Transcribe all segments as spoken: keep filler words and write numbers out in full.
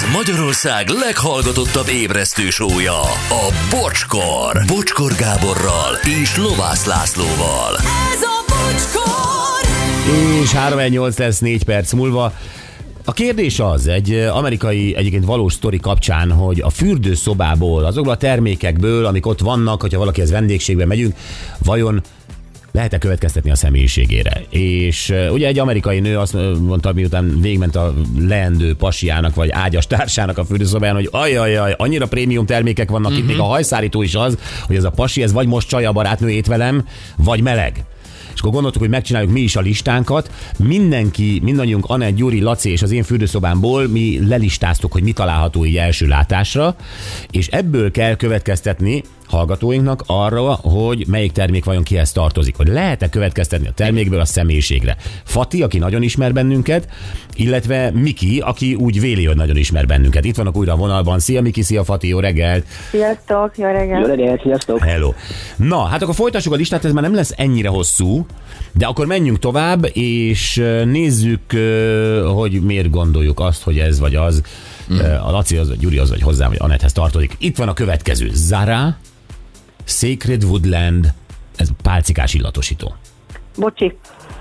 Ez Magyarország leghallgatottabb ébresztő show-ja, a Bocskor. Bocskor Gáborral és Lovász Lászlóval. Ez a Bocskor! És három nyolc lesz négy perc múlva. A kérdés az, egy amerikai egyébként valós sztori kapcsán, hogy a fürdőszobából, azokból a termékekből, amik ott vannak, hogyha valakihez vendégségbe megyünk, vajon lehet-e következtetni a személyiségére? És uh, ugye egy amerikai nő azt mondta, miután végigment a leendő pasiának, vagy ágyas társának a fürdőszobáján, hogy ajajaj, annyira prémium termékek vannak uh-huh. itt, még a hajszárító is az, hogy ez a pasi, ez vagy most csaj a barátnő ét velem, vagy meleg. És akkor gondoltuk, hogy megcsináljuk mi is a listánkat. Mindenki, mindannyiunk, Anett, Gyuri, Laci és az én fürdőszobámból mi lelistáztuk, hogy mi található így első látásra, és ebből kell következtetni hallgatóinknak arra, hogy melyik termék vajon kihez tartozik. Hogy lehet-e következtetni a termékből a személyiségre. Fati, aki nagyon ismer bennünket, illetve Miki, aki úgy véli, hogy nagyon ismer bennünket. Itt vannak újra a vonalban. Szia Miki, szia Fati, jó reggelt! Sziasztok, jó reggelt! Jó reggelt, sziasztok! Hello! Na, hát akkor folytassuk a listát, ez már nem lesz ennyire hosszú, de akkor menjünk tovább, és nézzük, hogy miért gondoljuk azt, hogy ez vagy az. Mm. A Laci az, vagy Gyuri az, vagy hozzám, vagy Anetthez tartozik. Itt van a következő. Zara, Sacred Woodland, ez pálcikás illatosító. Bocsi.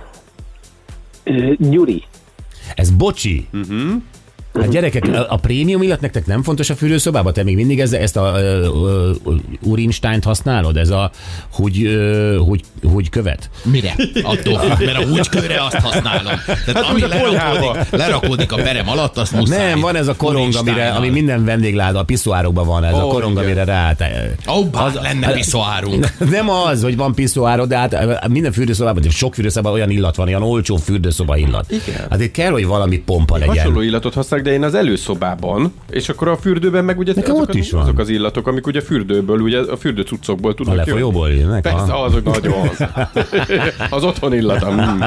Uh, Gyuri. Ez bocsi. Uh-huh. Hát gyerekek, a, a prémium illat nektek nem fontos a fürdőszobában? Te még mindig ezt, ezt a uh, uh, Urinsteint használod? Ez a hogy, uh, hogy, hogy követ? Mire? Attól függ, mert a húgykőre azt használom. Tehát hát ami lerakódik, lerakódik a perem alatt, azt muszáj. Nem, van ez a korong, amire, ami minden vendégláda, a piszoárokban van, ez oh, a korong, igen. amire rá... Ó, oh, bár lenne piszoárunk. Nem az, hogy van piszoárod, de hát minden fürdőszobában, sok fürdőszobában olyan illat van, olyan olcsó fürdőszoba illat. Igen. Hát itt kell, hogy valami pompa legyen. Hasonló illatot használok, de én az előszobában, és akkor a fürdőben meg ugye azok, az, azok az illatok, amik ugye fürdőből, ugye a fürdőcuccokból tudnak jönni. A lefolyóból jönnek? Persze, a... azok nagyon az. Az otthon illata. Mm.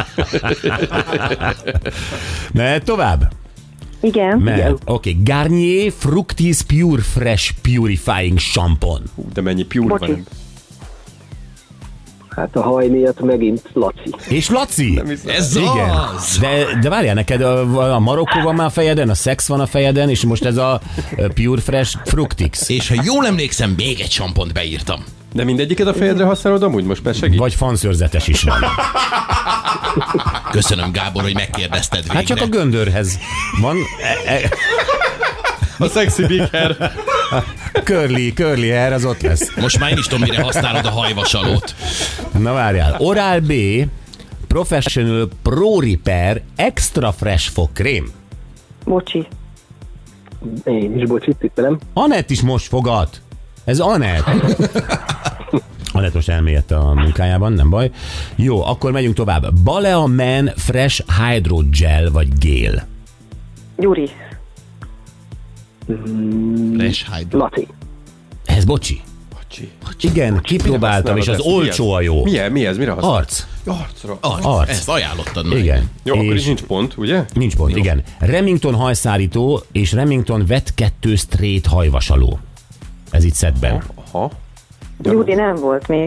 Mehet tovább? Igen. Mehet. Oké, okay. Garnier Fructis Pure Fresh Purifying Shampoo. Hú, de mennyi pure Bocsi. van. Hát a haj miatt megint Laci. És Laci? Ez igen. az! De, de várjál, neked a, a Marokkó van már a fejeden, a szex van a fejeden, és most ez a Pure Fresh Fructix. És ha jól emlékszem, még egy sampont beírtam. De mindegyiket a fejedre használod amúgy? Most már segít? Vagy fanszőrzetes is van. Köszönöm, Gábor, hogy megkérdezted végre. Hát csak a göndörhez van. E, e, a sexy big hair. Curly, curly hair, az ott lesz. Most már én is tudom, mire használod a hajvasalót. Na várjál. Oral-B Professional Pro Repair Extra Fresh fogkrém. Bocsi. Én is bocsit tippelem. Anett is most fogat. Ez Anett. Anett most elmélyedt a munkájában, nem baj. Jó, akkor megyünk tovább. Balea Man Fresh Hydrogel vagy Gél. Gyuri. Fresh Hydro. Laci. Ez bocsi. Bocsi. Igen, kipróbáltam, és az olcsó a jó. Milyen? Mi ez? Mire használod? Arc. Arcra. Arc. Arc. Ezt ajánlottad meg. Igen. Jó, akkor is nincs pont, ugye? Nincs pont, jó. igen. Remington hajszárító és Remington Vet kettő Straight hajvasaló. Ez itt szedben. Aha. Gyuri nem volt még.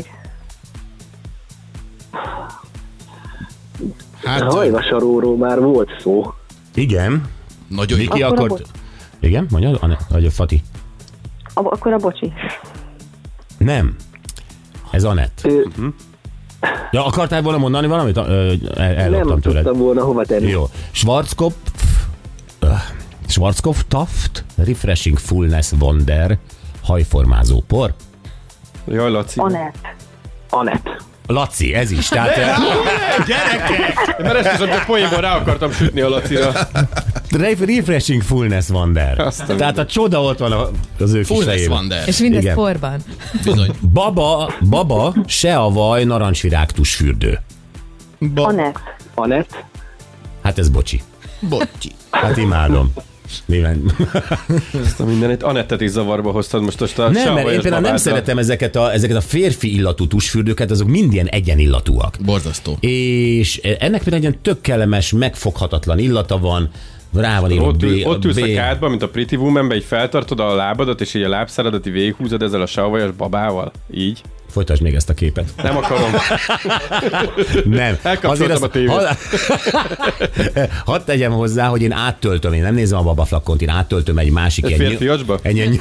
Hát, A hajvasaróról már volt szó. Igen. nagyon jó. Miki Akkor a akart... bo- Igen, mondjad? Anne, vagy a Fati? A, akkor a bocsi. Nem. Ez Anett. Ö, Ja, akartál volna mondani valamit? Ö, El, elloptam nem tőled. tudtam volna hova tenni. Jó. Schwarzkopf... Uh, Schwarzkopf Taft Refreshing Fullness Wonder hajformázó por. Jaj, Laci. Anett. Anett. Laci, ez is. Tehát, Gyerekek! Mert ezt hiszem, csak poénból rá akartam sütni a Lacira. Refreshing Fullness Wonder. Aztán Tehát a csoda ott van az ő kis Fullness fejében. Wonder. És mindez Igen. porban. Bizony. Baba, baba, se a vaj, narancsvirág tusfürdő. Anett. Anett. Hát ez bocsi. Bocsi. Hát imádom. Néven. Ezt a mindenit. Anettet is zavarba hoztad most a Nem, mert én például nem babáddal. szeretem ezeket a, ezeket a férfi illatú tusfürdőket, azok mind ilyen egyenillatúak. Borzasztó. És ennek például egy ilyen tök kellemes, megfoghatatlan illata van, rá van írva Ott, B, ül, ott ülsz B. a kádban, mint a Pretty Womanben, így feltartod a lábadat, és így a lábszáradat így végighúzod ezzel a savvajas babával. Így. Folytasd még ezt a képet. Nem akarom. Nem. Elkapcsoltam a tévét. Hadd had tegyem hozzá, hogy én áttöltöm, én nem nézem a babaflakont, én áttöltöm egy másik. Egy férfiacsba? Egy, egy,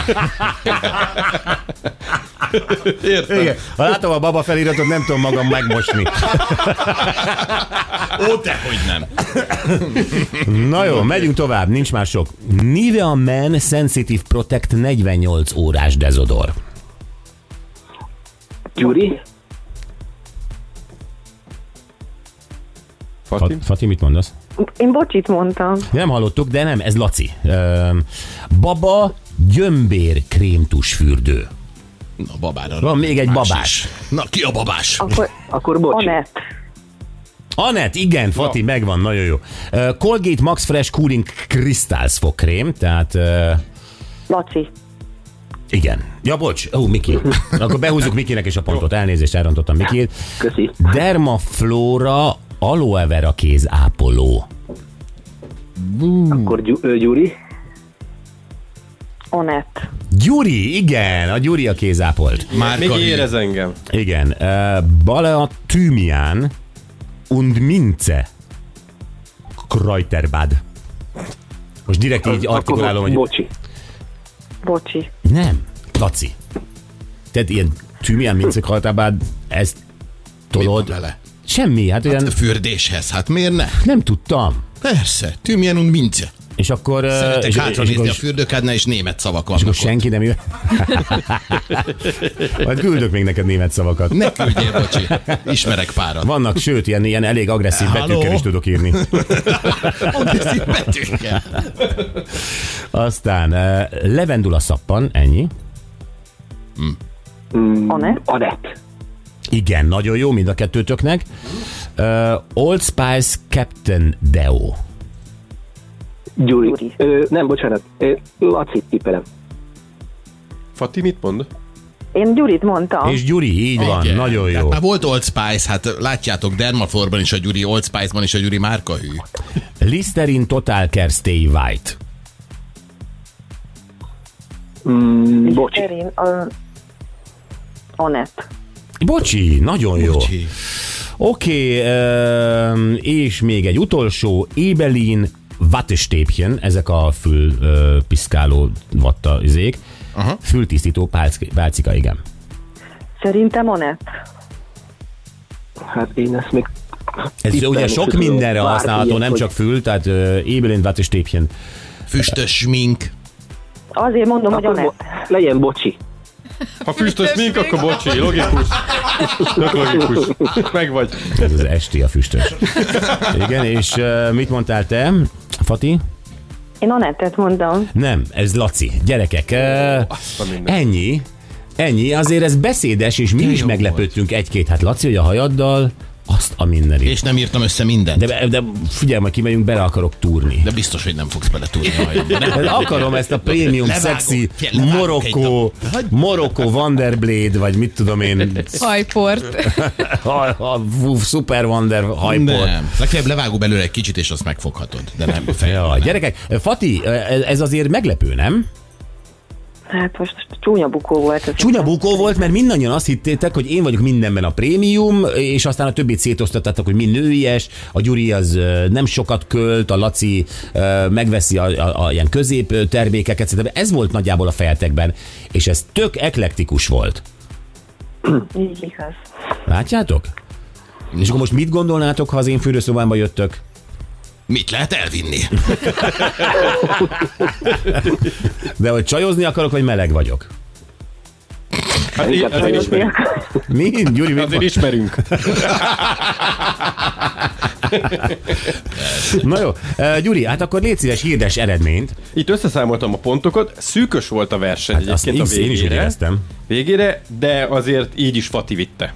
Értem. igen. Ha látom a baba feliratot, nem tudom magam megmosni. Ó, dehogy nem. Na jó, megyünk tovább, nincs már sok. Nivea Men Sensitive Protect negyvennyolc órás dezodor. Gyuri? Fati? Fati, mit mondasz? Én bocsit mondtam. Nem hallottuk, de nem, ez Laci. Üm, baba gyömbér krémtus fürdő. Na, babára. Van még egy Más babás. is. Na, ki a babás? Akkor, Akkor bocsi. Anett. Anett, igen, Fati, Ja. megvan, nagyon jó. Uh, Colgate Max Fresh Cooling Crystals fogkrém, tehát uh, Laci. igen. Ja, bocs, ó, Miki. Akkor behúzzuk Mikinek is a pontot, elnézést, elrontottam Mikit. Köszi. Dermaflora Aloe Vera kézápoló. Akkor Gyu- ö, Gyuri? Anett. Gyuri, igen, a Gyuri a kézápolt. Márka Még érez engem. Igen, uh, Balea Thymian und Minze Kreuterbad. Most direkt így artikulálom, Akkor hogy... bocsi. Bocsi. Nem, Laci. Tehát ilyen Thymian Minze Kreuterbad, ezt tolod... Vele. Semmi, hát olyan... Hát fürdéshez, hát miért ne? Nem tudtam. Persze, Thymian und Minze. És akkor... Szeretek és, hátra és, nézni a és, fürdőkádnál, és német szavak és vannak akkor ott. senki nem jön. Majd küldök még neked német szavakat. Ne küldjél, bocsi. Ismerek párat. Vannak, sőt, ilyen, ilyen elég agresszív Halló? betűkkel is tudok írni. Agresszív betűkkel. Aztán uh, levendula szappan, ennyi. Mm, Anett. Anett. Igen, nagyon jó mind a kettőtöknek. Uh, Old Spice Captain Deo. Gyuri. Gyuri. Ö, nem, bocsánat. Ö, Laci tippelem. Fati mit mond? Én Gyurit mondtam. És Gyuri, így van, Igen. nagyon jó. Hát már volt Old Spice, hát látjátok, Dermaflorban is a Gyuri, Old Spice-ban is a Gyuri márkahű. Listerine Total Care Stay White. Mm, bocsi. Erin, a... Anett. Bocsi, nagyon jó. Bocsi. Oké, okay, um, és még egy utolsó, Ebelin Wattestäbchen, ezek a fül uh, piszkáló vatta izék. Aha. Fültisztító pálcika, pálcika, igen. Szerintem Anett. Hát én ezt még... Ez tippelni ugye sok tudom. mindenre Bárki használható, ilyet, nem hogy- csak fül, tehát uh, Ebelin Wattestäbchen. Füstös smink. Azért mondom, hogy Akkor Anett. bo- legyen bocsi. Ha füstös mink, akkor bocsi. Logikus. Tök logikus. Meg vagy. Ez az esti a füstös. Igen, és uh, mit mondtál te, Fati? Én Anettet mondom. Nem, ez Laci. Gyerekek, uh, Azt a minden. ennyi. Ennyi, azért ez beszédes, és mi De is jó meglepődtünk egy-két. Hát Laci, hogy a hajaddal azt a mindenit. És nem írtam össze mindent. De, de figyelj, majd kimegyünk, bele akarok túrni. De biztos, hogy nem fogsz beletúrni a hajamba. Nem. Hát akarom ezt a prémium, Levágom. szexi, Figyelj, levágok Morocco, egy nap. Morocco Wanderblade, vagy mit tudom én, Hajport. a, a, a Super Wander hajport. Nem. Legfeljebb levágok belőle egy kicsit, és azt megfoghatod. De nem a Ja, fejjel. gyerekek, Fati, ez azért meglepő, nem? Hát most csúnya bukó volt. Ez Csúnya bukó volt, mert mindannyian azt hittétek, hogy én vagyok mindenben a prémium, és aztán a többit szétosztattátok, hogy mi nőies, a Gyuri az ö, nem sokat költ, a Laci ö, megveszi a, a, a ilyen közép termékeket, szerintem ez volt nagyjából a fejetekben, és ez tök eklektikus volt. Így igaz. Látjátok? És akkor most mit gondolnátok, ha az én fürdőszobámba jöttök? Mit lehet elvinni? De hogy csajozni akarok, vagy meleg vagyok? Hát í- azért ismerünk. Mi? Gyuri, mit Azért mond? ismerünk. Na jó, uh, Gyuri, hát akkor légy szíves, hirdes eredményt. Itt összeszámoltam a pontokat, szűkös volt a verseny Hát azt egyébként a én is úgy végére. éreztem. Végére, de azért így is Fati vitte.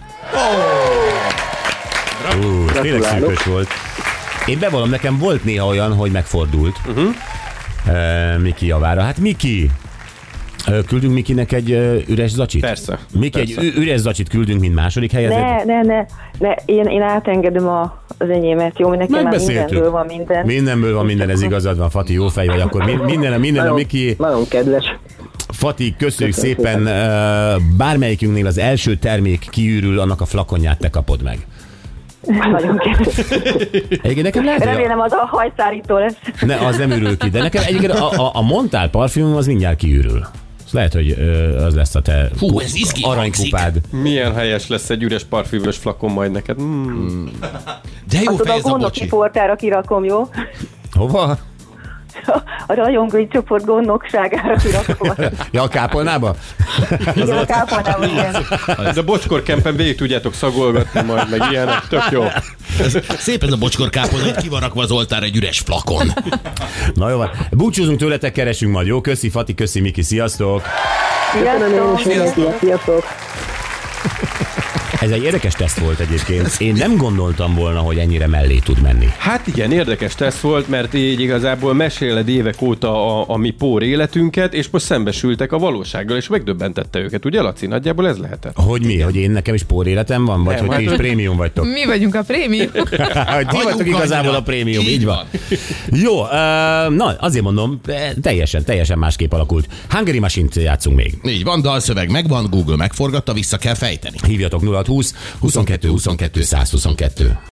Ú, ez tényleg Gratulálok. szűkös volt. Én bevallom, nekem volt néha olyan, hogy megfordult uh-huh. uh, Miki javára. Hát Miki, uh, küldünk Mikinek egy uh, üres zacsit? Persze, Miki, persze. egy ü- üres zacsit küldünk, mint második helyezett. Ne, ne, ne, ne, én, én átengedem a, az enyémet, jó, nekem már Megbeszéltük. mindenből van minden. Mindenből van minden, ez igazad van, Fati, jó fej vagy, akkor mi- minden, minden a Nagyon, Miki. nagyon kedves. Fati, köszönjük szépen. Bármelyikünknél az első termék kiürül, annak a flakonját te kapod meg. Nagyon kedves. Egyébként nekem lehet, hogy a... Remélem az a hajszárító lesz. Ne, az nem ürül ki, de nekem egyébként a, a, a Montál parfümum az mindjárt kiürül. Lehet, hogy ö, az lesz a te Hú, ez izgi aranykupád. Milyen helyes lesz egy üres parfümös flakon majd neked. Mm. De jó Azt oda a fejez a gondok bocsi. riportára kirakom, jó? Hova? A rajongói csoport gondnokságára kirakom. Ja, a kápolnába? Igen, a kápolnában, igen. De bocskor kempen végig tudjátok szagolgatni majd, meg ilyenek. Tök jó. Ez, szép ez a bocskorkápolna, hogy ki van rakva az oltár egy üres flakon. Na jó van. Búcsúzunk tőletek, keresünk majd, jó? Köszi Fati, köszi Miki, sziasztok! Sziasztok! Sziasztok! Ez egy érdekes teszt volt egyébként. Én nem gondoltam volna, hogy ennyire mellé tud menni. Hát igen, érdekes teszt volt, mert így igazából meséled évek óta a, a mi pór életünket, és most szembesültek a valósággal, és megdöbbentette őket, ugye Laci? Nagyjából ez lehetett. Hogy mi? Hogy én nekem is pór életem van? Vagy Nem, hogy ti is hát- prémium vagytok? Mi vagyunk a prémium. Hogy ti vagytok igazából a prémium, így van. Jó, uh, na azért mondom, teljesen, teljesen másképp alakult. Hungary Machine-t játszunk még. Így van, dalszöveg megvan, Google megforgatta, vissza kell fejteni. Hívjatok nulla húsz huszonkettő huszonkettő száz huszonkettő.